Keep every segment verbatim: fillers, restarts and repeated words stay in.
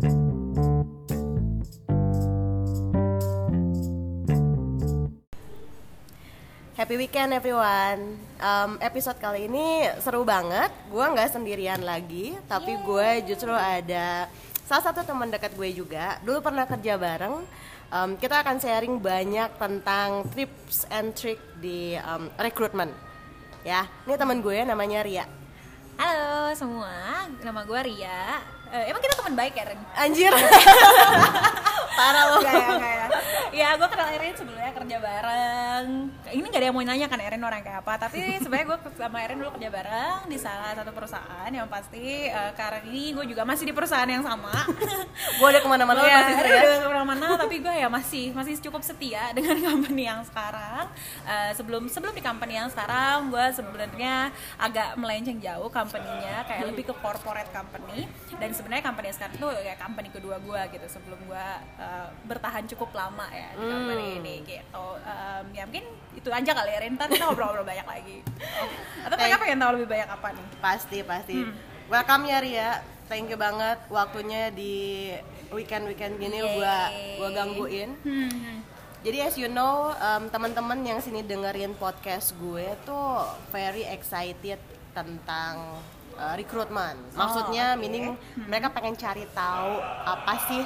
Happy weekend everyone. Um, episode kali ini seru banget. Gue nggak sendirian lagi, tapi gue justru ada salah satu teman dekat gue juga. Dulu pernah kerja bareng. Um, kita akan sharing banyak tentang tips and trick di um, rekrutmen. Ya, ini teman gue namanya Ria. Halo semua, nama gue Ria. Uh, emang kita teman baik ya, Ren? Anjir. Parah loh. Gak ya, gak ya. Ya, gue kenal Erin sebelumnya kerja bareng. Ini gak ada yang mau nanya kan Erin orang kayak apa. Tapi sebenarnya gue sama Erin dulu kerja bareng di salah satu perusahaan. Yang pasti uh, karena ini gue juga masih di perusahaan yang sama. Gue udah kemana-mana ya, pasti ya. udah kemana-mana. Tapi gue ya masih masih cukup setia dengan company yang sekarang. Uh, sebelum sebelum di company yang sekarang, gue sebenarnya agak melenceng jauh company-nya, kayak lebih ke corporate company. Dan sebenarnya company yang sekarang tuh kayak company kedua gue gitu, sebelum gue uh, bertahan cukup lama ya di company hmm. ini gitu. Um, ya mungkin itu aja kali ya, Ren. Ntar kita ngobrol-ngobrol banyak lagi. Oh. Atau mereka pengen tahu lebih banyak apa nih? Pasti, pasti. Hmm. Welcome ya Ria. Thank you banget waktunya di weekend-weekend gini gue gue gangguin. Hmm. Jadi as you know, um, teman-teman yang sini dengerin podcast gue tuh very excited tentang uh, rekrutmen. Maksudnya oh, okay. meaning hmm. mereka pengen cari tahu apa sih.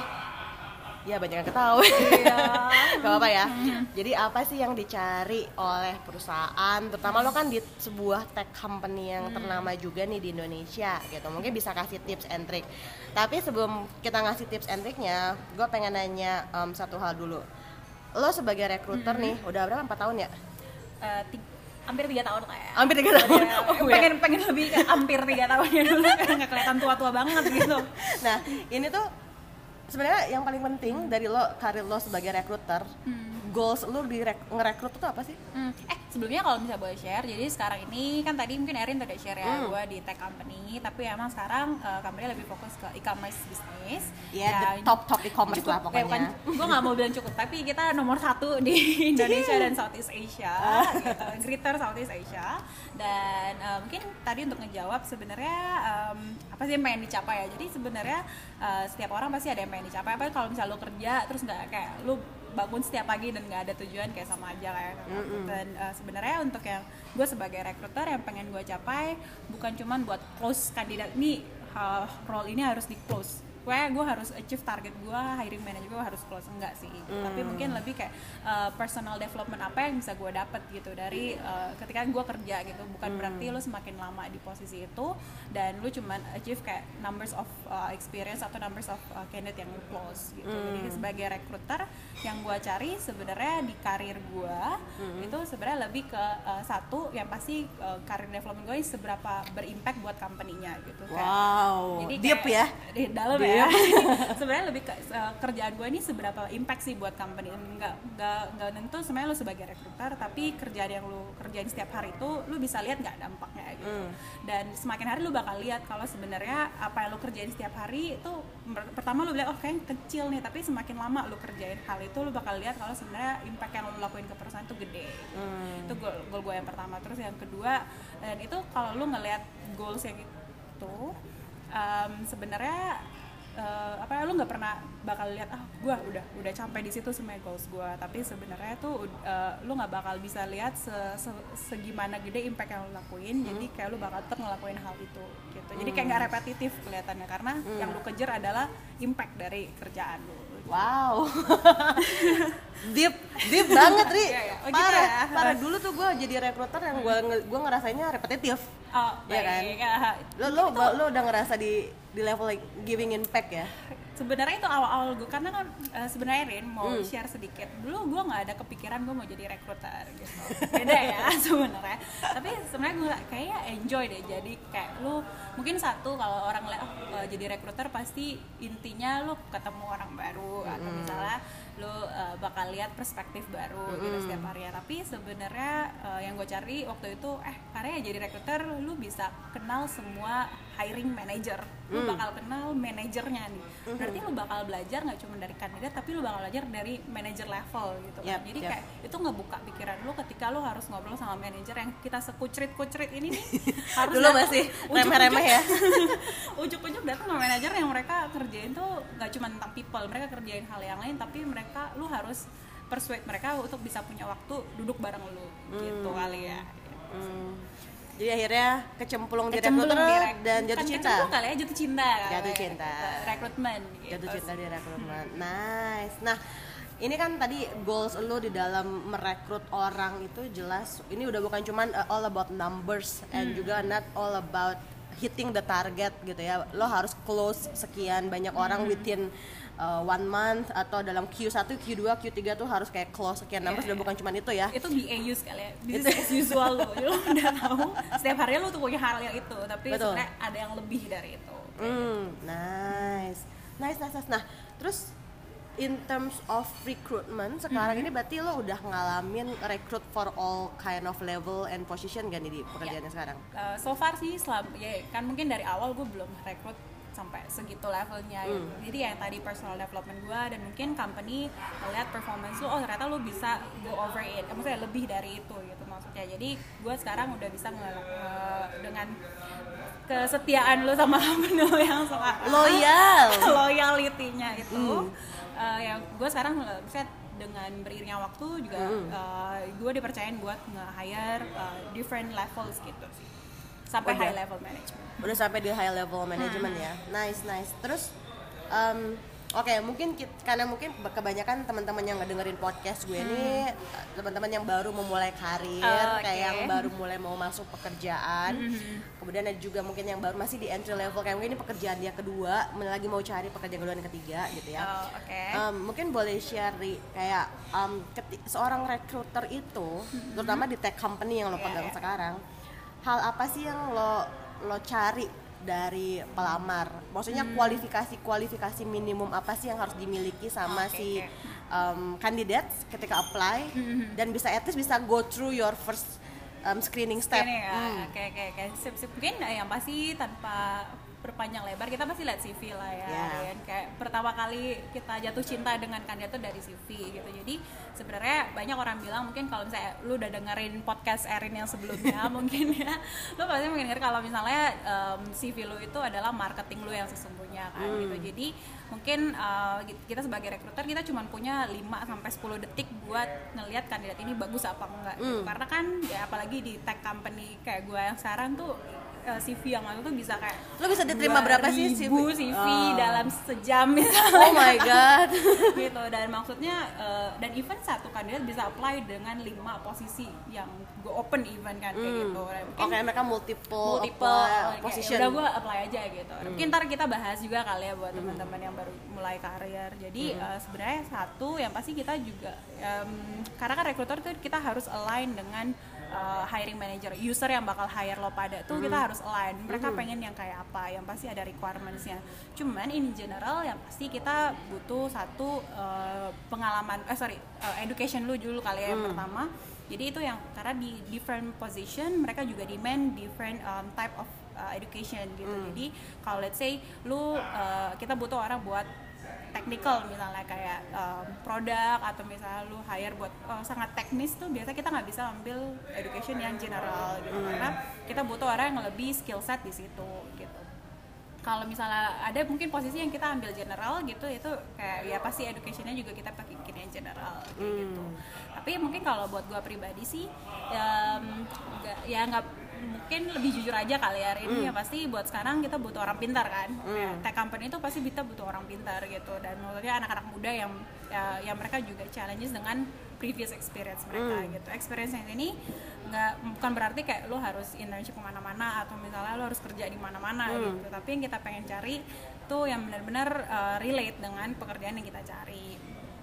Ya banyak yang ketahui. Iya. Gak apa-apa ya. Jadi apa sih yang dicari oleh perusahaan, terutama lo kan di sebuah tech company yang ternama juga nih di Indonesia gitu. Mungkin bisa kasih tips and trick. Tapi sebelum kita ngasih tips and tricknya, gue pengen nanya um, satu hal dulu. Lo sebagai recruiter mm-hmm. nih, udah berapa? empat tahun ya? Uh, t- hampir tiga tahun lah ya. Hampir tiga tahun. Oh, pengen ya? pengen lebih ke hampir tiga tahun ya dulu, karena nggak kelihatan tua-tua banget gitu. Nah, ini tuh sebenarnya yang paling penting dari lo karir lo sebagai recruiter, hmm. goals lo di rek- ngerekrut itu apa sih? Hmm. Eh sebelumnya kalau misalnya boleh share, jadi sekarang ini kan tadi mungkin Erin udah share ya, hmm. gue di tech company, tapi emang sekarang uh, company lebih fokus ke e-commerce bisnis. Iya, yeah, ya, top top e-commerce cukup, lah pokoknya. Gue nggak mau bilang cukup, tapi kita nomor satu di Indonesia dan Southeast Asia, gitu, Greater Southeast Asia. Dan uh, mungkin tadi untuk ngejawab sebenarnya um, apa sih yang pengen dicapai ya? Jadi sebenarnya uh, setiap orang pasti ada yang pengen dicapai. Apa kalau misalnya lo kerja terus nggak kayak lo bangun setiap pagi dan nggak ada tujuan, kayak sama aja kayak mm-hmm. Dan uh, sebenarnya untuk yang gue sebagai recruiter yang pengen gue capai bukan cuman buat close kandidat nih, uh, role ini harus di close. Gue gue harus achieve target gue, hiring manager gue harus close, enggak sih. Mm. Tapi mungkin lebih kayak uh, personal development apa yang bisa gue dapat gitu dari uh, ketika gue kerja gitu. Bukan mm. berarti lo semakin lama di posisi itu dan lo cuman achieve kayak numbers of uh, experience atau numbers of uh, candidate yang lo close gitu. Mm. Jadi sebagai recruiter yang gue cari sebenarnya di karir gue mm. itu sebenarnya lebih ke uh, satu yang pasti uh, karir development gue seberapa berimpact buat company-nya gitu. Wow. Jadi deep ya. Di dalam ya. Ya. Sebenarnya lebih ke uh, kerjaan gue ini seberapa impact sih buat company. Enggak enggak enggak tentu sebenarnya lo sebagai recruiter, tapi kerjaan yang lo kerjain setiap hari itu lo bisa lihat nggak dampaknya gitu. Mm. Dan semakin hari lo bakal lihat kalau sebenarnya apa yang lo kerjain setiap hari itu mer- pertama lo bilang oh kayaknya kecil nih, tapi semakin lama lo kerjain hal itu lo bakal lihat kalau sebenarnya impact yang lo lakuin ke perusahaan itu gede. Mm. Itu goal goal gue yang pertama. Terus yang kedua, dan itu kalau lo ngelihat goals yang itu um, sebenarnya Uh, apa ya, lu nggak pernah bakal lihat ah gue udah udah sampai di situ semua goals gue, tapi sebenarnya tuh uh, lu nggak bakal bisa lihat se, se, segimana gede impact yang lu lakuin. hmm. Jadi kayak lu bakal tetap ngelakuin hal itu gitu. Jadi kayak nggak repetitif kelihatannya karena hmm. yang lu kejar adalah impact dari kerjaan lu. Wow. deep deep banget Ri. Ya, ya. Oh, parah gitu ya? parah dulu tuh gue jadi recruiter yang gue gue ngerasainnya repetitif. Oh, ya kan ya. lo lo lo udah ngerasa di di level like giving impact ya? Sebenarnya itu awal-awal gue, karena kan uh, sebenarnya Rin mau hmm. share sedikit. Dulu gue nggak ada kepikiran gue mau jadi recruiter gitu. Beda ya sebenarnya. Tapi sebenarnya gue kayaknya enjoy deh. Jadi kayak lu mungkin satu kalau orang lihat oh, uh, jadi recruiter pasti intinya lu ketemu orang baru hmm. atau misalnya lu uh, bakal lihat perspektif baru hmm. gitu setiap hari ya. Tapi sebenarnya uh, yang gue cari waktu itu eh karena jadi recruiter lu bisa kenal semua hiring manager, lu Hmm. bakal kenal manajernya nih. Berarti lu bakal belajar nggak cuma dari kandidat, tapi lu bakal belajar dari manager level gitu kan. Yep, Jadi yep. kayak itu ngebuka pikiran lu ketika lu harus ngobrol sama manajer yang kita sekucrit-kucrit ini nih. Harus Dulu datang, masih ujuk-ujuk- remeh-remeh ya. ujuk-ujuk datang sama manajer yang mereka kerjain tuh nggak cuma tentang people, mereka kerjain hal yang lain, tapi mereka lu harus persuade mereka untuk bisa punya waktu duduk bareng lu gitu kali ya. Hmm. Jadi akhirnya kecemplung di Kecemplung rekruter di rek- dan jatuh kan cinta. kecemplung kali ya, jatuh cinta kali Jatuh ya. cinta. Rekrutmen gitu. Jatuh cinta di rekrutmen. Nice. Nah, ini kan tadi goals lo di dalam merekrut orang itu jelas. Ini udah bukan cuman uh, all about numbers and juga not all about hitting the target gitu ya. Lo harus close sekian banyak orang within uh, one month atau dalam Q satu, Q dua, Q tiga tuh harus kayak close sekian numbers. Yeah, Udah bukan cuman itu ya. Itu B A U sekali ya, business as usual lo. Jadi lo udah tahu setiap hari lo tuh punya hal yang itu, tapi Betul. sebenarnya ada yang lebih dari itu. Hmm, nice. Nice, nice, nice. Nah, terus in terms of recruitment sekarang ini berarti lo udah ngalamin recruit for all kind of level and position gak nih di pekerjaannya sekarang? Uh, so far sih selama ya kan mungkin dari awal gue belum rekrut sampai segitu levelnya gitu. Hmm. Jadi yang tadi personal development gue dan mungkin company melihat performance lo, oh ternyata lo bisa go over it, maksudnya lebih dari itu gitu maksudnya. Jadi gue sekarang udah bisa nge- nge- dengan kesetiaan lo sama company lo yang sekarang, Loyal. loyality-nya itu Hmm. uh, yang gue sekarang uh, misalnya dengan beriringnya waktu juga Hmm. uh, gue dipercayain buat nge-hire uh, different levels gitu sih sampai Udah. high level management. Udah sampai di high level management ya. Nice, nice. Terus um, oke, mungkin kit- karena mungkin kebanyakan teman-teman yang ngedengerin podcast gue ini teman-teman yang baru memulai karir, Oh, kayak oke. yang baru mulai mau masuk pekerjaan. Kemudian ada juga mungkin yang baru masih di entry level, kayak mungkin ini pekerjaan dia kedua, lagi mau cari pekerjaan kedua dan ketiga gitu ya. Oh, oke. Um, mungkin boleh share Ri, kayak um, keti- seorang recruiter itu, terutama di tech company yang lo Iya, pegang iya. sekarang, hal apa sih yang lo lo cari dari pelamar? Maksudnya kualifikasi-kualifikasi minimum apa sih yang harus dimiliki sama Oke, si oke. um, kandidat ketika apply dan bisa at least bisa go through your first um, screening step. Ini ya, Hmm. oke oke oke. Sip sip. Mungkin eh, yang pasti tanpa berpanjang lebar kita pasti lihat C V lah ya. Yeah. Kan? Kayak pertama kali kita jatuh cinta dengan kandidat itu dari C V gitu. Jadi sebenarnya banyak orang bilang mungkin kalau misalnya lu udah dengerin podcast Erin yang sebelumnya mungkin ya, lu pasti mendengar kalau misalnya um, C V lu itu adalah marketing lu yang sesungguhnya kan Hmm. gitu. Jadi mungkin uh, kita sebagai recruiter kita cuma punya lima sampai sepuluh detik buat ngelihat kandidat ini bagus apa enggak gitu. Hmm. Karena kan ya apalagi di tech company kayak gue yang sekarang tuh uh, C V yang masuk tuh bisa kayak Lo bisa diterima berapa sih C V? dua ribu C V Oh. dalam sejam misalnya. Oh my god. Gitu. Dan maksudnya uh, dan even satu kandidat bisa apply dengan lima posisi yang gue open event kan kayak Hmm. gitu. Dan Oke, mungkin mereka multiple, multiple apply kayak, position. udah gue apply aja gitu. Mungkin ntar kita bahas juga kali ya buat teman-teman yang baru mulai karir. Jadi uh, sebenarnya satu yang pasti kita juga um, karena kan recruiter tuh kita harus align dengan uh, hiring manager, user yang bakal hire lo pada tuh kita harus align. Mereka pengen yang kayak apa, yang pasti ada requirements-nya. Cuman in general yang pasti kita butuh satu uh, pengalaman, eh sorry, uh, education lu dulu kali ya yang pertama. Jadi itu yang karena di different position mereka juga demand different um, type of uh, education gitu. Jadi kalau let's say lu uh, kita butuh orang buat technical misalnya kayak um, produk atau misalnya lu hire buat uh, sangat teknis tuh biasa kita nggak bisa ambil education yang general gitu karena kita butuh orang yang lebih skill set di situ gitu. Kalau misalnya ada mungkin posisi yang kita ambil general gitu itu kayak ya pasti educationnya juga kita pakai yang general kayak gitu. Tapi mungkin kalau buat gua pribadi sih um, gak, ya nggak mungkin lebih jujur aja kali ya hari ini ya pasti buat sekarang kita butuh orang pintar kan. Kayak tech company itu pasti kita butuh orang pintar gitu dan maksudnya anak-anak muda yang ya, yang mereka juga challenges dengan previous experience mereka Hmm. gitu. Experience yang ini nggak bukan berarti kayak lo harus internship kemana-mana atau misalnya lo harus kerja di mana-mana Hmm. gitu. Tapi yang kita pengen cari tuh yang benar-benar uh, relate dengan pekerjaan yang kita cari.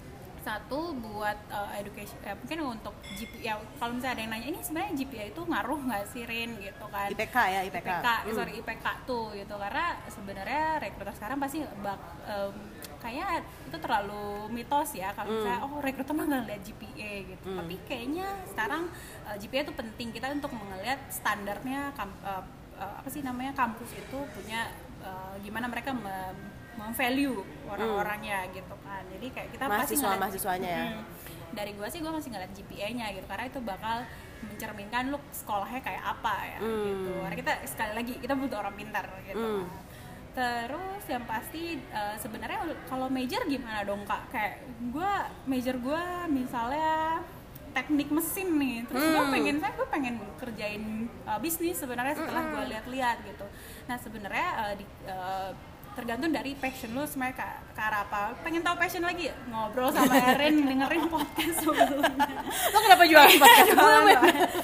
Satu buat uh, education, ya mungkin untuk G P A. Ya, kalau misalnya ada yang nanya ini sebenarnya G P A itu ngaruh nggak sih Rin gitu kan? I P K ya, I P K. I P K, Hmm. sorry I P K tuh gitu karena sebenarnya rekruter sekarang pasti bak, um, kayak itu terlalu mitos ya kalau misalnya oh rekruter mah nggak lihat G P A gitu. Tapi kayaknya sekarang uh, G P A itu penting kita untuk melihat standarnya kam- uh, uh, apa sih namanya kampus itu punya uh, gimana mereka mem- memvalue orang-orangnya hmm. gitu kan. Jadi kayak kita pasti ngeliat mahasiswanya ya. Hmm, dari gue sih gue masih ngeliat G P A-nya gitu karena itu bakal mencerminkan lu sekolahnya kayak apa ya hmm. gitu. Karena kita sekali lagi kita butuh orang pintar gitu. Hmm. Terus yang pasti uh, sebenarnya kalau major gimana dong Kak? Kayak gue major gue misalnya teknik mesin nih, terus hmm. gue pengen saya gue pengen kerjain uh, bisnis sebenarnya setelah hmm. gue lihat-lihat gitu. Nah sebenarnya uh, di uh, tergantung dari passion lu sebenarnya ke, ke arah apa. Pengen tahu passion lagi ya? Ngobrol sama Erin, dengerin podcast sebelumnya. Lo kenapa jual podcast sebelumnya?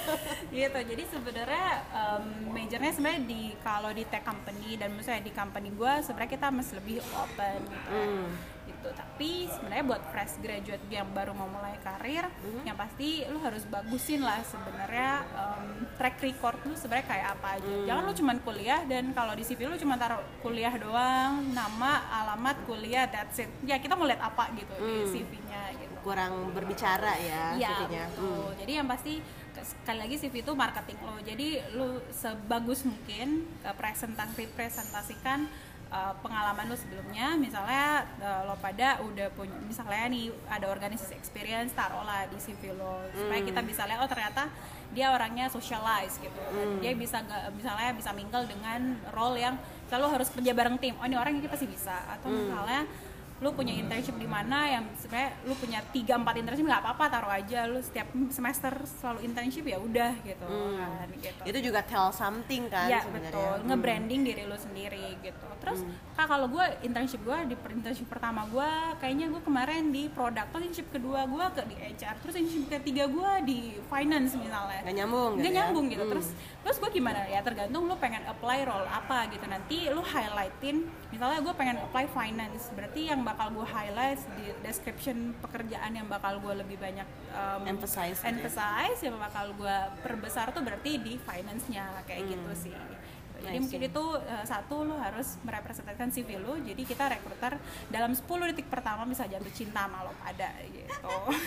Gitu. Jadi sebenarnya um, majornya sebenarnya di kalau di tech company dan misalnya di company gue sebenarnya kita masih lebih open gitu. Hmm. Gitu. Tapi sebenarnya buat fresh graduate yang baru mau mulai karir, hmm. yang pasti lu harus bagusin lah sebenarnya um, track record lu sebenarnya kayak apa aja. Hmm. Jangan lu cuman kuliah dan kalau di C V lu cuma taruh kuliah doang, nama, alamat, kuliah, that's it. Ya kita mau lihat apa gitu hmm. di C V-nya gitu. Kurang berbicara ya, ya C V-nya. Hmm. Jadi yang pasti sekali lagi C V itu marketing lo. Jadi lu sebagus mungkin presentasi presentasikan Uh, pengalaman lo sebelumnya, misalnya uh, lo pada udah punya, misalnya nih ada organisasi experience, taruhlah di C V lo supaya mm. kita bisa lihat oh ternyata dia orangnya socialize gitu, mm. dia bisa gak, misalnya bisa mingle dengan role yang selalu harus kerja bareng tim, oh ini orang yang pasti bisa, atau mm. misalnya lu punya internship di mana yang sebenarnya lu punya tiga empat internship nggak apa-apa taruh aja lu setiap semester selalu internship ya udah gitu hmm. kan gitu. Itu juga tell something kan ya, sebenarnya. Betul, hmm. nge-branding diri lu sendiri gitu. Terus hmm. Kak kalau gue internship gue di internship pertama gue kayaknya gue kemarin di produk, terus internship kedua gue ke di H R, terus internship ketiga gue di finance misalnya. Nggak nyambung. Nggak gitu nyambung ya? gitu. Hmm. Terus terus gue gimana ya tergantung lu pengen apply role apa gitu. Nanti lu highlightin misalnya gue pengen apply finance, berarti yang bakal gue highlight di description pekerjaan yang bakal gue lebih banyak um, emphasize, emphasize ya. Yang bakal gue perbesar tuh berarti di finance-nya kayak hmm. gitu sih. Jadi nice. Mungkin itu uh, satu lo harus merepresentasikan C V lo. Jadi kita rekruter dalam sepuluh detik pertama bisa jatuh cinta sama lo pada gitu.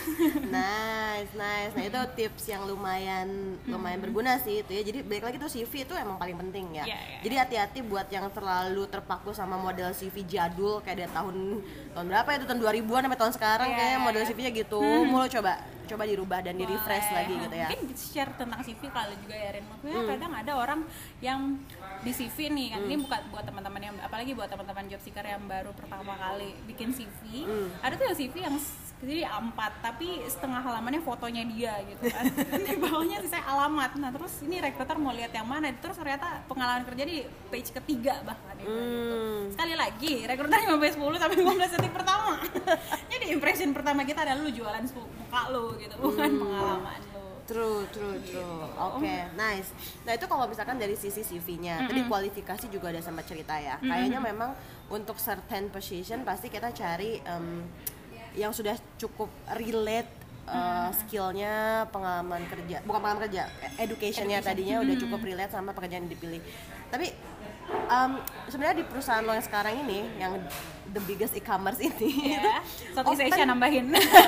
Nice, nice. Nah itu tips yang lumayan lumayan hmm. berguna sih itu ya. Jadi balik lagi tuh C V itu emang paling penting ya. Yeah, yeah. Jadi hati-hati buat yang terlalu terpaku sama model C V jadul kayak dari tahun tahun berapa ya, itu tahun dua ribuan sampai tahun sekarang yeah, kayak model C V-nya gitu. Hmm. Mau lo coba coba dirubah dan di refresh lagi gitu ya. Mungkin share tentang C V kali juga ya Ren. Maksudnya hmm. kadang ada orang yang di C V nih kan, hmm. ini bukan buat teman-teman yang apalagi buat teman-teman job seeker yang baru pertama kali bikin C V. Hmm. Ada tuh yang C V yang jadi A empat tapi setengah halamannya fotonya dia gitu kan. Di bawahnya sih saya alamat. Nah, terus ini rekruter mau lihat yang mana? Terus ternyata pengalaman kerja di page ketiga bahkan itu hmm. gitu. Sekali lagi, rekruter lima belas sepuluh sampai lima belas detik pertama. Jadi impression pertama kita adalah lu jualan muka lu gitu, bukan hmm. pengalaman lu. True, true, true. Oke, okay, nice. Nah itu kalau misalkan dari sisi C V-nya, mm-hmm. tadi kualifikasi juga ada sempat cerita ya. Mm-hmm. Kayaknya memang untuk certain position pasti kita cari um, yang sudah cukup relate uh, mm-hmm. skillnya, pengalaman kerja, bukan pengalaman kerja, education-nya Education. tadinya mm-hmm. udah cukup relate sama pekerjaan yang dipilih. Tapi um, sebenarnya di perusahaan lo yang sekarang ini, yang the biggest e-commerce ini, yeah. Southeast Asia nambahin.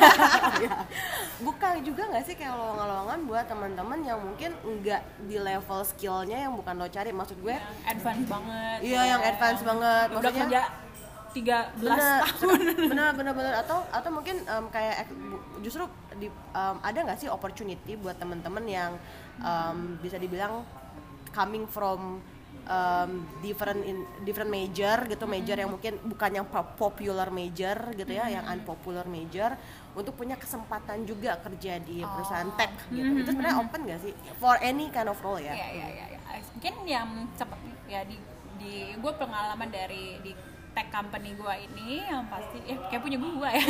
Ya. Buka juga nggak sih kayak lowongan-lowongan buat teman-teman yang mungkin nggak di level skillnya yang bukan lo cari, maksud gue? Yang advance banget. Iya, yang advance banget. Udah kerja tiga belas tahun. Bener, bener, bener. Atau atau mungkin um, kayak justru di, um, ada nggak sih opportunity buat teman-teman yang um, bisa dibilang coming from Um, different in different major gitu, major mm-hmm. yang mungkin bukan yang popular major gitu ya, mm-hmm. yang unpopular major, untuk punya kesempatan juga kerja di oh. perusahaan tech gitu. Mm-hmm. Itu sebenarnya open nggak sih for any kind of role ya? Iya iya iya. Mungkin yang cepat ya di di gue pengalaman dari di tech company gue ini yang pasti ya kayak punya gue ya.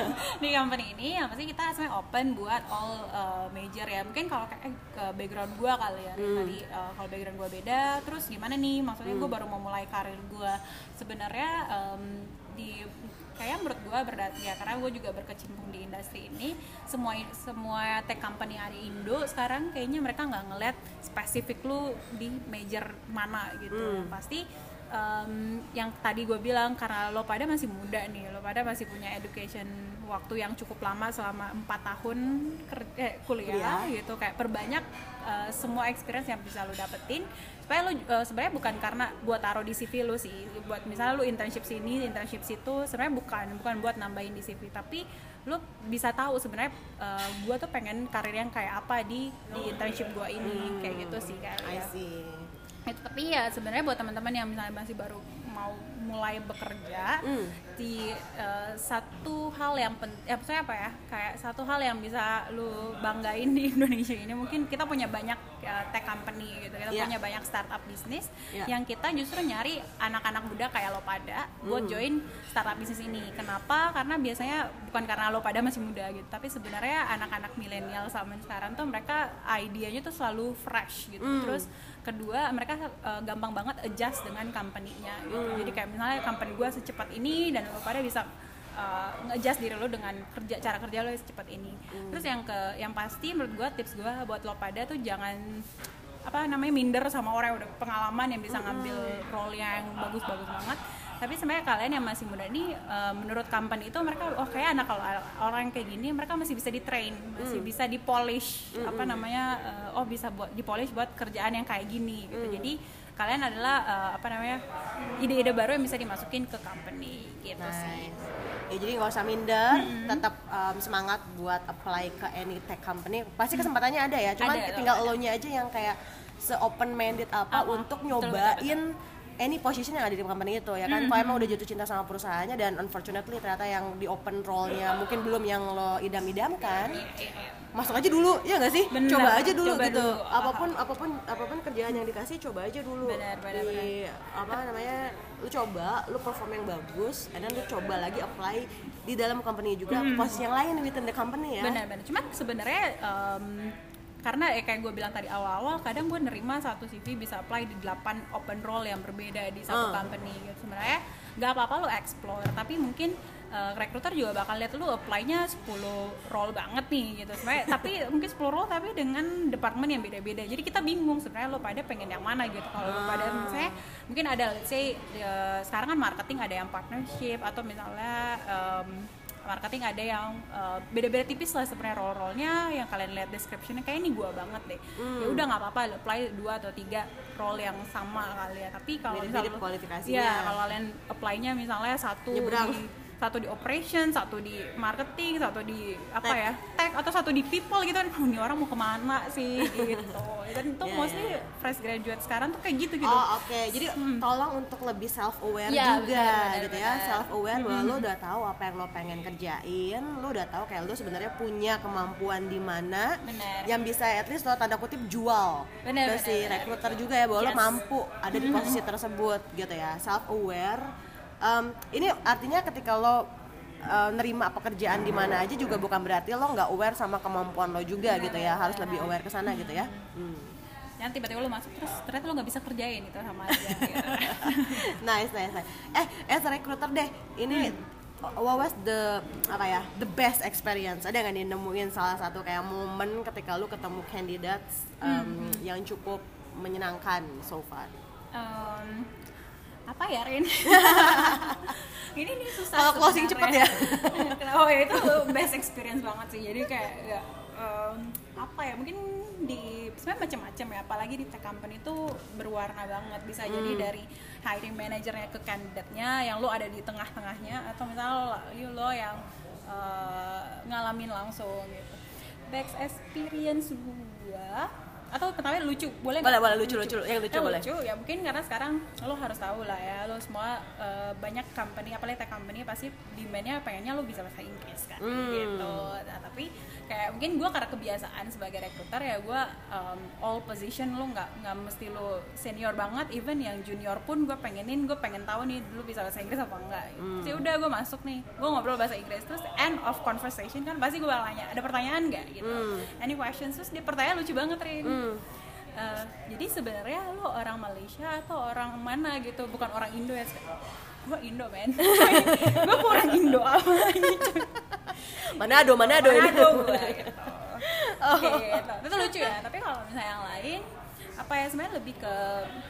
Di company ini yang pasti kita sebenarnya open buat all uh, major ya. Mungkin kalau kayak ke background gue kali ya hmm. tadi uh, kalau background gue beda, terus gimana nih maksudnya hmm. gue baru mau mulai karir gue sebenarnya um, di kayak menurut gue berdasar ya karena gue juga berkecimpung di industri ini, semua semua tech company yang ada di Indo sekarang kayaknya mereka nggak ngeliat spesifik lu di major mana gitu. Hmm. Pasti um, yang tadi gue bilang, karena lo pada masih muda nih, lo pada masih punya education waktu yang cukup lama selama empat tahun ker- eh, kuliah, kuliah gitu, kayak perbanyak uh, semua experience yang bisa lo dapetin supaya lo uh, sebenarnya bukan karena buat taruh di C V lo sih, buat misalnya lo internship sini, internship situ, sebenarnya bukan bukan buat nambahin di C V, tapi lo bisa tahu sebenarnya uh, gue tuh pengen karir yang kayak apa di di internship gue ini, hmm. kayak gitu sih kan. I see. Itu, tapi ya sebenarnya buat teman-teman yang misalnya masih baru mau mulai bekerja, mm. di uh, satu hal yang penting, ya maksudnya apa ya, kayak satu hal yang bisa lu banggain di Indonesia ini, mungkin kita punya banyak uh, tech company gitu, kita yeah. punya banyak startup bisnis yeah. yang kita justru nyari anak-anak muda kayak lo pada buat mm. join startup bisnis ini. Kenapa? Karena biasanya bukan karena lo pada masih muda gitu, tapi sebenarnya anak-anak milenial zaman sekarang tuh mereka idenya tuh selalu fresh gitu, mm. terus kedua mereka uh, gampang banget adjust dengan company-nya gitu. Mm. Jadi kayak misalnya company gue secepat ini dan lo pada bisa uh, nge-adjust diri lo dengan kerja cara kerja lo secepat ini. Mm. Terus yang ke yang pasti menurut gue tips gue buat lo pada tuh jangan apa namanya minder sama orang yang udah pengalaman yang bisa ngambil role yang bagus-bagus banget. Tapi sebenarnya kalian yang masih muda ini uh, menurut company itu mereka oh kayak anak kalau orang yang kayak gini mereka masih bisa di train, masih mm. bisa di polish mm-hmm. apa namanya uh, oh bisa buat di polish buat kerjaan yang kayak gini gitu. Mm. Jadi kalian adalah uh, apa namanya ide-ide baru yang bisa dimasukin ke company gitu nice. Sih. Ya jadi nggak usah minder, mm-hmm. tetap um, semangat buat apply ke any tech company. Pasti kesempatannya ada ya, cuman ada, tinggal elonya aja yang kayak se-open minded apa uh-huh. untuk nyobain betul, betul, betul. any position yang ada di company itu ya kan. Mm-hmm. Kalau emang udah jatuh cinta sama perusahaannya dan unfortunately ternyata yang di open role-nya mungkin belum yang lo idam-idamkan, masuk aja dulu ya nggak sih? Bener, coba aja dulu coba gitu. Dulu. Apapun oh. apapun apapun kerjaan yang dikasih coba aja dulu. Benar, benar, di benar. apa namanya? Lu coba, lu perform yang bagus, and then lu coba lagi apply di dalam company juga mm-hmm. posisi yang lain within the company ya. Benar-benar. Cuman sebenarnya um, karena eh, kayak gue bilang tadi awal-awal, kadang gue nerima satu C V bisa apply di delapan open role yang berbeda di satu uh. company gitu. Sebenarnya nggak apa-apa lo explore, tapi mungkin uh, recruiter juga bakal lihat lo apply-nya sepuluh role banget nih gitu. Sebenarnya tapi mungkin sepuluh role tapi dengan departemen yang beda-beda. Jadi kita bingung sebenarnya lo pada pengen yang mana gitu. Kalau lo pada misalnya mungkin ada let's say uh, sekarang kan marketing ada yang partnership atau misalnya um, marketing ada yang uh, beda-beda tipis lah sebenarnya role-role-nya yang kalian lihat description-nya kayak ini gua banget deh. Hmm. Ya udah nggak apa-apa apply dua atau tiga role yang sama kali ya. Tapi kalau misalnya kualifikasinya ya kalau kalian apply-nya misalnya satu Nyebrang. di satu di operation, satu di marketing, satu di apa tech. ya tech atau satu di people gitu kan, oh, ini orang mau kemana sih gitu. Dan itu yeah, mostly yeah. fresh graduate sekarang tuh kayak gitu gitu. Oh oke, okay. Jadi hmm. tolong untuk lebih self aware yeah, juga bener, bener, gitu bener. ya, self aware bahwa mm-hmm. lo udah tahu apa yang lo pengen kerjain, lo udah tahu kayak lo sebenarnya punya kemampuan di mana yang bisa at least lo tanda kutip jual bener, ke si recruiter juga ya, bahwa yes. lo mampu ada di posisi mm-hmm. tersebut gitu ya, self aware. Um, ini artinya ketika lo uh, nerima pekerjaan di mana aja juga bukan berarti lo nggak aware sama kemampuan lo juga nah, gitu ya, harus nah, lebih aware ke sana hmm. gitu ya. Hmm. Yang tiba-tiba lo masuk terus ternyata lo nggak bisa kerjain itu sama aja. Gitu. nice, nice, nice. Eh, as a recruiter deh, ini hmm. what was the apa ya the best experience? Ada nggak nih nemuin salah satu kayak momen ketika lo ketemu candidates um, hmm. yang cukup menyenangkan so far? Um, apa ya Rin? ini nih susah kalau closing cepet ya. Oh ya itu best experience banget sih, jadi kayak ya, um, apa ya mungkin di sebenarnya macam-macam ya, apalagi di tech company itu berwarna banget, bisa hmm. jadi dari hiring manajernya ke kandidatnya yang lo ada di tengah-tengahnya, atau misal lo yang uh, ngalamin langsung gitu. Best experience gua atau pertama lucu boleh boleh boleh lucu lucu yang lucu, lucu boleh lucu ya mungkin karena sekarang lo harus tahu lah ya, lo semua uh, banyak company apalagi tech company pasti demandnya pengennya lo bisa bahasa Inggris kan hmm. gitu. Nah, tapi kayak mungkin gue karena kebiasaan sebagai recruiter ya gue um, all position lo nggak nggak mesti lo senior banget, even yang junior pun gue pengenin gue pengen tahu nih lo bisa bahasa Inggris apa enggak gitu. hmm. Jadi udah gue masuk nih, gue ngobrol bahasa Inggris, terus end of conversation kan pasti gue bakal nanya ada pertanyaan nggak gitu, hmm. any questions, terus dia pertanyaan lucu banget Rin. hmm. Uh, jadi sebenarnya lo orang Malaysia atau orang mana gitu, bukan orang Indo ya. Gue Indo men, gue kurang Indo apa gitu. Manado, Manado, Manado gue gitu. Oh. Gitu. Itu lucu ya. Tapi kalau misalnya yang lain, apa ya sebenarnya lebih ke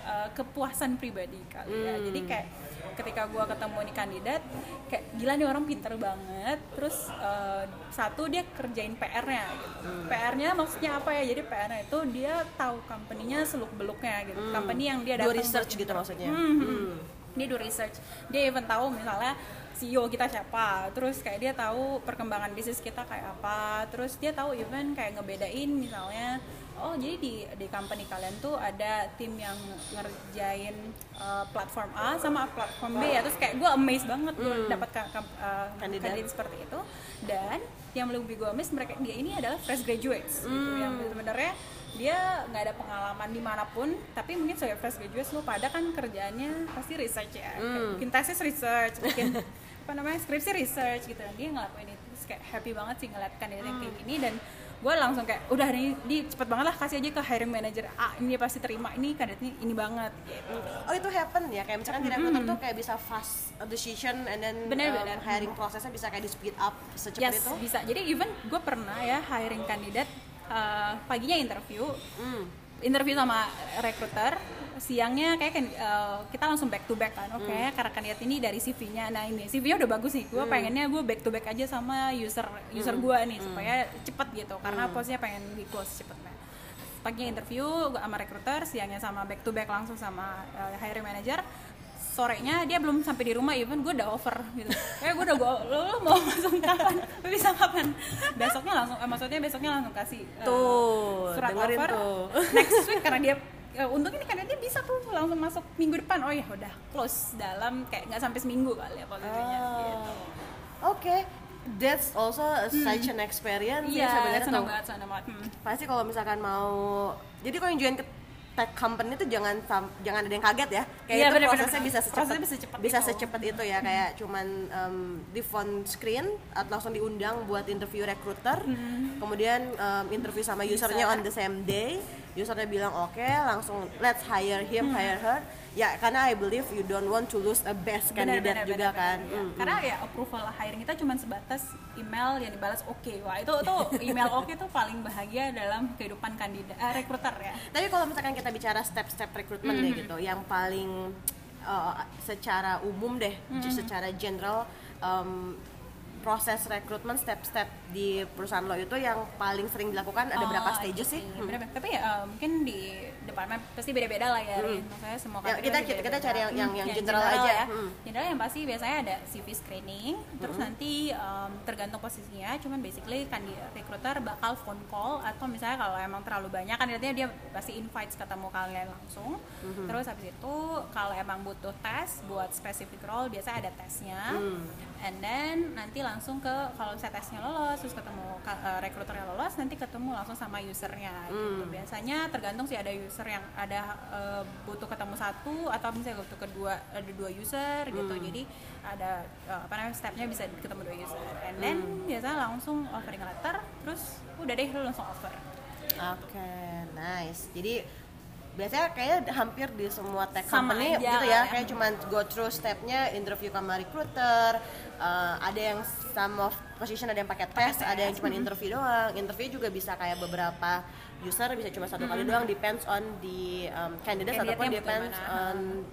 uh, kepuasan pribadi kali ya. Hmm. Jadi kayak ketika gue ketemu nih kandidat, kayak gila nih orang pinter banget. Terus uh, satu dia kerjain P R-nya gitu. Hmm. P R-nya maksudnya apa ya? Jadi P R-nya itu dia tahu company-nya seluk-beluknya gitu. Hmm. Company yang dia datang do research gitu maksudnya. Hmm. Hmm. Dia do research. Dia even tahu misalnya C E O kita siapa, terus kayak dia tahu perkembangan bisnis kita kayak apa, terus dia tahu even kayak ngebedain misalnya, oh jadi di di company kalian tuh ada tim yang ngerjain uh, platform A sama platform B ya, terus kayak gue amazed banget gue hmm. dapat uh, kandidat seperti itu. Dan yang lebih gue amazed, mereka dia ini adalah fresh graduates hmm. gitu, yang sebenarnya dia nggak ada pengalaman dimanapun, tapi mungkin sebagai fresh graduates lo pada kan kerjaannya pasti research ya, hmm. bikin tesis research, bikin apa namanya skripsi research gitu. Dan dia ngelakuin itu, terus kayak happy banget sih ngeliat kandidat yang kayak gini. Dan gue langsung kayak udah nih, di cepet banget lah kasih aja ke hiring manager A, ini dia pasti terima, ini kandidatnya ini banget gitu. Oh itu happen ya, kayak misalkan di recruiter mm-hmm. tuh kayak bisa fast decision and then bener, um, bener. hiring prosesnya bisa kayak di speed up secepat yes, itu. Bisa. Jadi even gue pernah ya hiring kandidat, uh, paginya interview mm. interview sama recruiter, siangnya kayak kan uh, kita langsung back to back kan, oke okay, hmm. karena kandidat ini dari C V-nya, nah ini C V-nya udah bagus nih, gue hmm. pengennya gue back to back aja sama user user hmm. gue nih hmm. supaya cepet gitu, karena hmm. posnya pengen di close cepet. Nah, paginya interview sama recruiter, siangnya sama back to back langsung sama uh, hiring manager, sorenya dia belum sampai di rumah, even gue udah over gitu, eh gue udah gue lo, lo mau langsung kapan, bisa kapan, besoknya langsung, eh, maksudnya besoknya langsung kasih uh, tuh surat offer tuh. next week, karena dia uh, untungnya kan dia bisa tuh langsung masuk minggu depan. Oh ya udah close dalam kayak nggak sampai seminggu kali ya posisinya. Oh. Gitu. Oke, okay. That's also a, hmm. such an experience. Iya, sebenarnya senang banget, senang banget. Hmm. Pasti kalau misalkan mau, jadi kalau yang join ke tech company itu jangan jangan ada yang kaget ya. Kayak ya, itu bener, prosesnya bener, bisa secepat prosesnya bisa cepat bisa itu. secepat itu ya, kayak cuman um, di phone screen atau langsung diundang buat interview recruiter. Hmm. Kemudian um, interview sama usernya on the same day. Usernya bilang oke, okay, langsung let's hire him, hmm. hire her. Ya, karena I believe you don't want to lose a best candidate juga bener, kan. Bener, ya. Mm, karena ya approval hiring kita cuma sebatas email yang dibalas oke. Okay. Wah, itu tuh email oke okay tuh paling bahagia dalam kehidupan kandidat eh, recruiter ya. Tapi kalau misalkan kita bicara step-step rekrutmen mm-hmm. deh gitu, yang paling uh, secara umum deh, mm-hmm. secara general um, proses rekrutmen step-step di perusahaan lo itu yang paling sering dilakukan ada oh, berapa stages sih? Hmm. Bener-bener. Tapi ya uh, mungkin di departemen pasti beda-beda lah ya. Hmm. Maksudnya semua ya, kita kita, kita cari yang yang, yang general, general aja. Ya. Hmm. General yang pasti biasanya ada C V screening, terus hmm. nanti um, tergantung posisinya. Cuman basically kan di recruiter bakal phone call atau misalnya kalau emang terlalu banyak kandidatnya dia pasti invite ketemu kalian langsung. Hmm. Terus habis itu kalau emang butuh tes buat specific role biasanya ada tesnya. Hmm. And then nanti langsung ke kalau saya tesnya lolos terus ketemu uh, rekruternya lolos, nanti ketemu langsung sama usernya gitu. Hmm. Biasanya tergantung sih, ada user yang ada uh, butuh ketemu satu atau misalnya butuh kedua ada dua user hmm. gitu. Jadi ada uh, apa namanya stepnya bisa ketemu dua user. And then hmm. biasanya langsung offering letter, terus udah deh lu langsung offer. Oke, okay, nice. Jadi biasanya kayaknya hampir di semua tech sama company aja, gitu ya, ya, kayak cuma go through stepnya interview sama recruiter, uh, ada yang some of position ada yang pakai tes, ada yang cuma interview doang. Interview juga bisa kayak beberapa user, bisa cuma satu kali doang, depends on the um, candidate ataupun depends on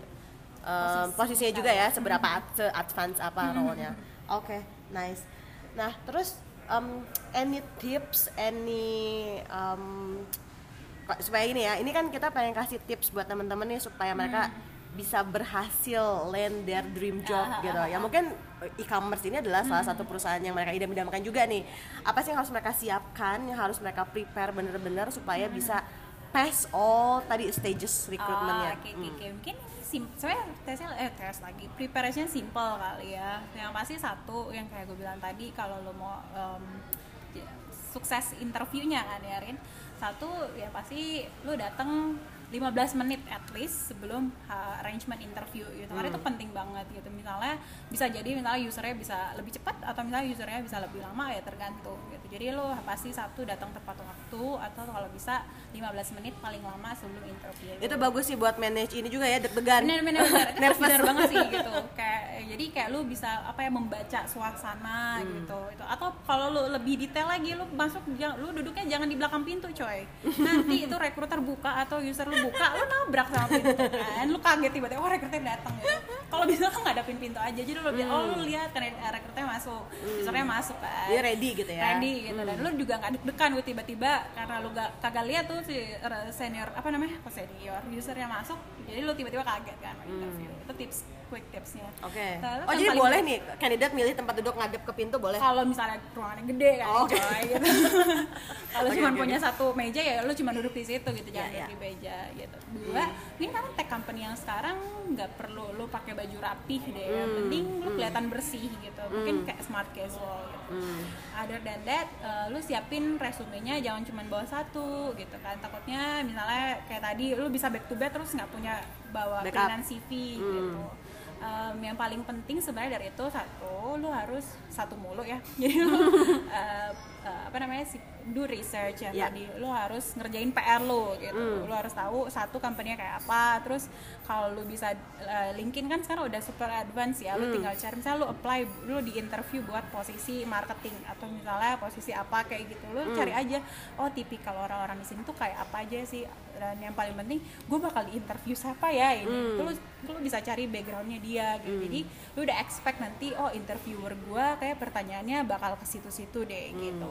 um, posisinya juga ya, seberapa se advance apa role-nya. Oke, okay, nice. Nah terus um, any tips, any um, supaya ini ya, ini kan kita pengen kasih tips buat temen-temen nih supaya mereka hmm. bisa berhasil land their dream job ah, gitu. Ah, ya mungkin e-commerce ini adalah hmm. salah satu perusahaan yang mereka idam-idamkan juga nih. Apa sih yang harus mereka siapkan, yang harus mereka prepare bener-bener supaya hmm. bisa pass all tadi stages recruitment-nya. Oh, oke, oke, oke. Mungkin sim- sebenarnya tesnya eh tes lagi. Preparation simple kali ya. Yang pasti satu yang kayak gue bilang tadi, kalau lo mau um, sukses interviewnya kan ya Rin, satu ya pasti lu datang lima belas menit at least sebelum uh, arrangement interview gitu. Karena hmm. itu penting banget gitu. Misalnya bisa jadi misalnya usernya bisa lebih cepat atau misalnya usernya bisa lebih lama, ya tergantung gitu. Jadi lo pasti satu datang tepat waktu, atau kalau bisa lima belas menit paling lama sebelum interview. Itu bagus sih buat manage ini juga ya, deg-degan. Bener-bener nervous banget sih gitu. Kayak jadi kayak lu bisa apa ya, membaca suasana hmm. gitu. Itu atau kalau lu lebih detail lagi, lu masuk lu duduknya jangan di belakang pintu coy. Nanti itu rekruter buka atau user lu lu buka, lu nabrak sama pintu kan, lu kaget tiba-tiba oh rekruter datang gitu. Kalau bisa kan ngadapin pintu aja, jadi lu hmm. oh lu lihat kan rekruternya masuk, usernya hmm. masuk kan, dia ready gitu ya, ready gitu hmm. dan lu juga nggak deg-degan lu tiba-tiba karena lu gak kagak lihat tuh si senior apa namanya, oh, senior usernya masuk, jadi lu tiba-tiba kaget kan interview. Hmm. Itu tips quick tipsnya. Oke. Okay. Oh jadi boleh nih kandidat milih tempat duduk ngadep ke pintu boleh? Kalau misalnya ruangannya gede kan, oh, okay. coy gitu. Kalau okay, cuma okay, punya okay. satu meja ya lu cuma duduk di situ gitu, jangan yeah, duduk yeah. di meja gitu. Dua, hmm. ini karena tech company yang sekarang nggak perlu lu pakai baju rapih deh, hmm. yang penting lu kelihatan bersih gitu. Mungkin hmm. kayak smart casual gitu. Hmm. Other than that, uh, lu siapin resumenya jangan cuma bawa satu gitu kan. Takutnya misalnya kayak tadi lu bisa back to back terus nggak punya bawa pilihan C V hmm. gitu. Um, yang paling penting sebenarnya dari itu satu, lu harus satu mulu ya. Jadi lu uh, uh, apa namanya sih, do research ya. Yeah. Tadi lu harus ngerjain P R lu gitu. Mm. Lu harus tahu satu company-nya kayak apa. Terus kalau lu bisa uh, LinkedIn kan sekarang udah super advance ya. Lu mm. tinggal cari misalnya lu apply, lu di interview buat posisi marketing atau misalnya posisi apa kayak gitu. Lu mm. cari aja, oh tipikal orang-orang di sini tuh kayak apa aja sih. Dan yang paling penting, gue bakal di interview siapa ya ini. Mm. Lu lu bisa cari backgroundnya dia gitu. Mm. Jadi lu udah expect nanti oh interviewer gue kayak pertanyaannya bakal ke situ-situ deh mm. gitu.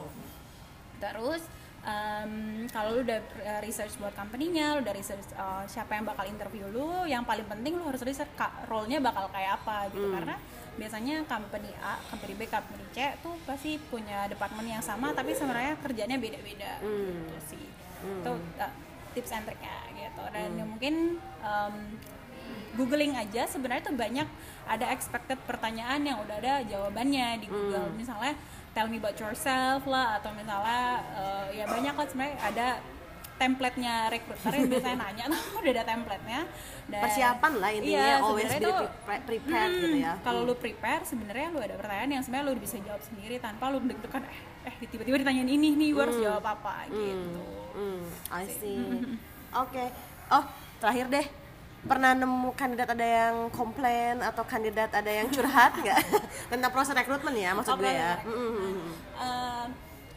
Terus um, kalau lu udah research buat company-nya, lu udah research uh, siapa yang bakal interview lu, yang paling penting lu harus research role-nya bakal kayak apa gitu. Mm. Karena biasanya company A, company B, company C tuh pasti punya departemen yang sama tapi sebenarnya kerjanya beda-beda mm. gitu sih. Mm. Itu uh, tips and triknya gitu. Dan hmm. ya mungkin um, googling aja sebenarnya tuh banyak ada expected pertanyaan yang udah ada jawabannya di Google. Hmm. Misalnya tell me about yourself lah, atau misalnya uh, ya banyak lah sebenarnya ada template-nya recruiter yang biasanya nanya tuh udah ada template-nya. Dan persiapan lah intinya, iya, always be prepared hmm, gitu ya. Kalau hmm. lu prepare sebenarnya lu ada pertanyaan yang sebenarnya lu bisa jawab sendiri tanpa lu deg-degan eh eh tiba-tiba ditanyain ini nih, gue harus hmm. jawab apa hmm. gitu. Hmm, I see. Oke. Okay. Oh, terakhir deh. Pernah nemu kandidat ada yang komplain atau kandidat ada yang curhat nggak tentang proses rekrutmen ya maksud gue ya? Mm-hmm. Uh,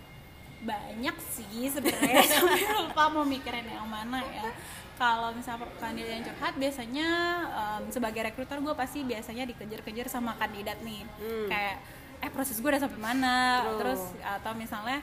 banyak sih sebenarnya, sampai lupa mau mikirin yang mana ya. Kalau misalnya kandidat yang curhat biasanya um, sebagai rekruter gue pasti biasanya dikejar-kejar sama kandidat nih, hmm. kayak eh proses gue udah sampai mana, True. terus atau misalnya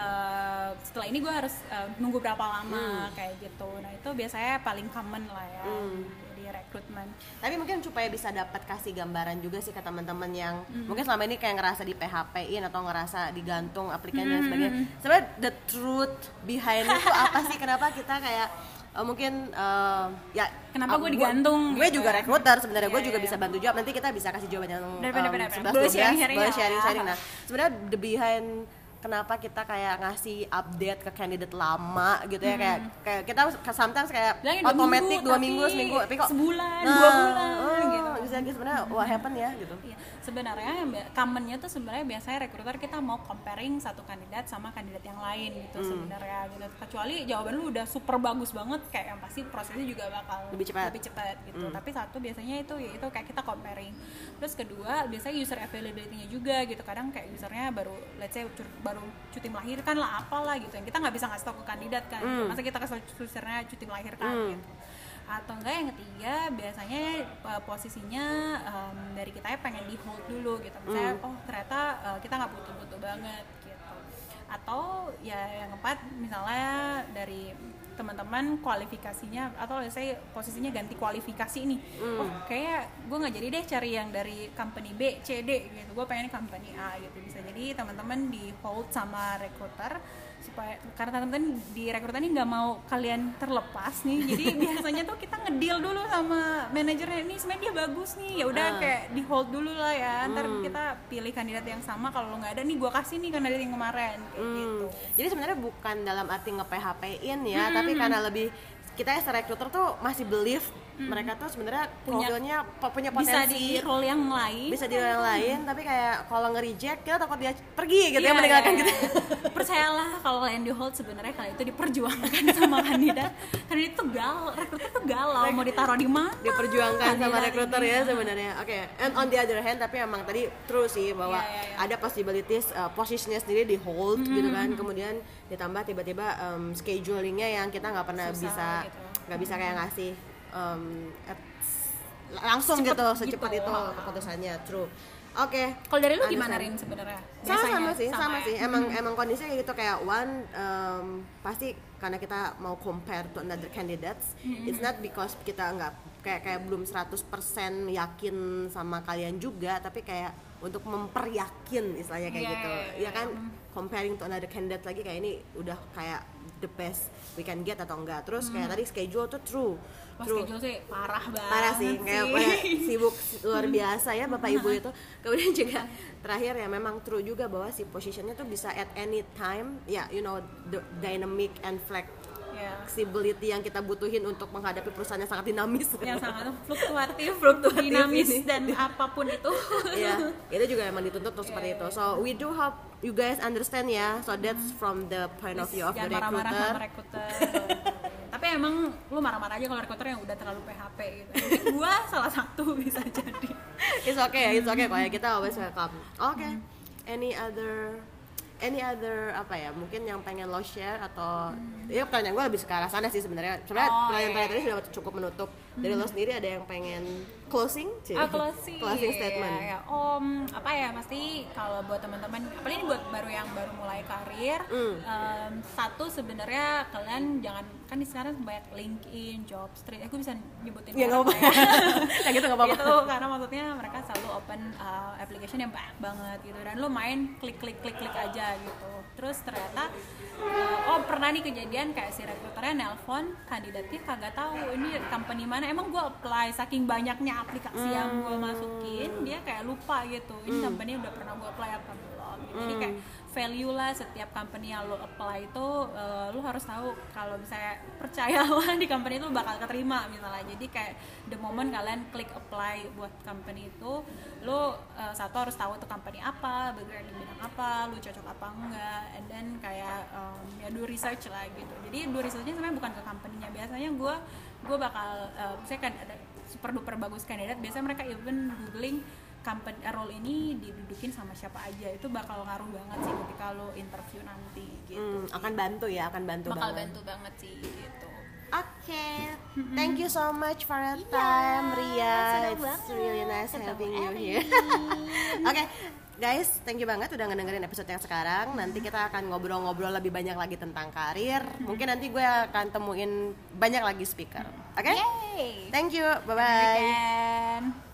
Uh, setelah ini gue harus uh, nunggu berapa lama hmm. kayak gitu. Nah itu biasanya paling common lah ya hmm. di rekrutmen. Tapi mungkin supaya bisa dapat kasih gambaran juga sih ke teman-teman yang hmm. mungkin selama ini kayak ngerasa di P H P-in atau ngerasa digantung aplikannya hmm. sebagainya. Sebenarnya the truth behind itu apa sih, kenapa kita kayak Uh, mungkin uh, ya kenapa gue digantung gue gitu juga ya? Rekruter sebenarnya, yeah, gue juga yeah. bisa bantu jawab, nanti kita bisa kasih jawaban yang um, sebelas dua belas boleh sharing sharing. Nah sebenarnya the behind kenapa kita kayak ngasih update ke kandidat lama gitu ya, hmm. kayak kayak kita sometimes kayak otomatis dua minggu seminggu tapi kok sebulan nah, dua bulan oh, gitu. Bisa sebenarnya what happen ya gitu. Iya. Sebenarnya yang commonnya tuh sebenarnya biasanya rekruter kita mau comparing satu kandidat sama kandidat yang lain gitu hmm. sebenarnya gitu. Kecuali jawaban lu udah super bagus banget kayak yang pasti prosesnya juga bakal lebih cepat, lebih cepat gitu. Hmm. Tapi satu biasanya itu ya itu kayak kita comparing. Terus kedua biasanya user availability-nya juga gitu. Kadang kayak usernya baru let's say baru cuti melahirkan lah apalah gitu yang kita nggak bisa ngasih tau ke kandidat kan, mm. masa kita kasih usernya cuti melahirkan mm. gitu. Atau enggak yang ketiga biasanya uh, posisinya um, dari kita ya pengen di hold dulu gitu, misalnya mm. oh ternyata uh, kita nggak butuh-butuh banget gitu. Atau ya yang keempat misalnya dari teman-teman kualifikasinya atau saya posisinya ganti kualifikasi nih, mm. oh kayak gue nggak jadi deh cari yang dari company B, C, D gitu, gue pengen company A gitu. Bisa jadi teman-teman di hold sama recruiter supaya karena teman-teman di rekruter ini nggak mau kalian terlepas nih, jadi biasanya tuh kita ngedeal dulu sama manajernya, ini sebenarnya dia bagus nih, ya udah uh. kayak di hold dulu lah ya, ntar hmm. kita pilih kandidat yang sama, kalau lo nggak ada nih gue kasih nih kandidat yang kemarin kayak hmm. gitu. Jadi sebenarnya bukan dalam arti nge-P H P-in ya, hmm. tapi karena lebih kita as rekruter tuh masih believe hmm. mereka tuh sebenarnya profilnya punya potensi bisa di role yang lain, bisa di role yang lain, tapi kayak kalau nge-reject kita takut dia pergi gitu, yeah, ya meninggalkan yeah, yeah. kita. Percayalah kalau kalian di hold sebenarnya kalian itu diperjuangkan sama kandidat, karena itu galau, rekruter tuh galau mau ditaruh di mana, diperjuangkan sama rekruter ya sebenarnya. Oke, okay. And on the other hand, tapi emang tadi true sih bahwa yeah, yeah, yeah. ada possibilities uh, posisinya sendiri di hold mm-hmm. gitu kan, kemudian ditambah tiba-tiba um, schedulingnya yang kita nggak pernah Susah, bisa gitu. nggak bisa kayak ngasih um, langsung Cepet gitu secepat gitu. itu keputusannya. True. Oke. Okay. Kalau dari lu gimana Rin sebenarnya? Sama-sama sih, sama, sama ya? sih. Emang hmm. emang kondisinya kayak gitu, kayak one um, pasti karena kita mau compare to another candidates, hmm. it's not because kita nggak kayak kayak belum seratus persen yakin sama kalian juga, tapi kayak untuk memperyakin istilahnya kayak yeah, gitu. Yeah, yeah, ya kan yeah. Comparing to another candidate lagi kayak ini udah kayak the best we can get atau enggak. Terus kayak hmm. tadi schedule tuh true. Pas schedule sih parah banget. Parah sih, kayak, kayak sibuk luar biasa ya Bapak Ibu itu. Kemudian juga terakhir ya memang true juga bahwa si positionnya tuh bisa at any time, ya yeah, you know the dynamic and flexibility yang kita butuhin untuk menghadapi perusahaan yang sangat dinamis. Yang sangat fluktuatif, fluktuatif dinamis ini. Dan apapun itu. Ya, itu juga emang dituntut tuh seperti yeah, itu. So we do hope you guys understand ya. So that's from the point of view of the recruiter. Jangan marah-marah sama recruiter. Tapi emang lu marah-marah aja kalau recruiter yang udah terlalu P H P gitu. Gua salah satu bisa jadi. It's okay, it's okay kok ya, kita always welcome. Oke. Okay. Any other any other apa ya, mungkin yang pengen lo share atau hmm. ya pertanyaan gue lebih ke arah sana sih sebenarnya. Sebenarnya oh, pertanyaan-pertanyaan tadi sudah cukup menutup. Dari hmm. lo sendiri ada yang pengen closing? Ah, closing. Closing statement. Ya, ya. Om, apa ya, pasti kalau buat teman-teman, apalagi buat baru yang baru mulai karir, mm. um, satu sebenarnya kalian jangan, kan sekarang banyak LinkedIn, Jobstreet, aku bisa nyebutin ya, nggak apa-apa ya. Nah, gitu nggak apa-apa. Gitu, karena maksudnya mereka selalu open uh, application yang banyak banget gitu, dan lo main klik-klik-klik-klik aja gitu. Terus ternyata uh, oh pernah nih kejadian kayak si rekruternya nelpon kandidatnya kagak tahu ini company mana, emang gue apply saking banyaknya aplikasi mm. yang gue masukin, dia kayak lupa gitu ini mm. company udah pernah gue apply apa belum gitu. mm. Jadi kayak value lah setiap company yang lo apply itu, uh, lo harus tahu kalau misalnya percayalah di company itu bakal keterima misalnya. Jadi kayak the moment kalian klik apply buat company itu, lo uh, satu harus tahu tuh company apa, bergerak di bidang apa, lo cocok apa enggak, and then kayak um, ya do research lah gitu. Jadi do researchnya sebenarnya bukan ke company-nya, biasanya gue gue bakal uh, misalnya kan ada super duper bagus kandidat, biasanya mereka even googling company role ini didudukin sama siapa aja, itu bakal ngaruh banget sih ketika lo interview nanti gitu. Hmm, akan bantu ya, akan bantu bakal banget. bantu banget sih gitu. Oke, okay. Thank you so much for your time, yeah, Ria. It's banget. Really nice Ketemu having you here. Oke, okay, guys, thank you banget udah ngedengerin episode yang sekarang. Nanti kita akan ngobrol-ngobrol lebih banyak lagi tentang karir. Mungkin nanti gue akan temuin banyak lagi speaker. Oke? Okay? Thank you. Bye bye.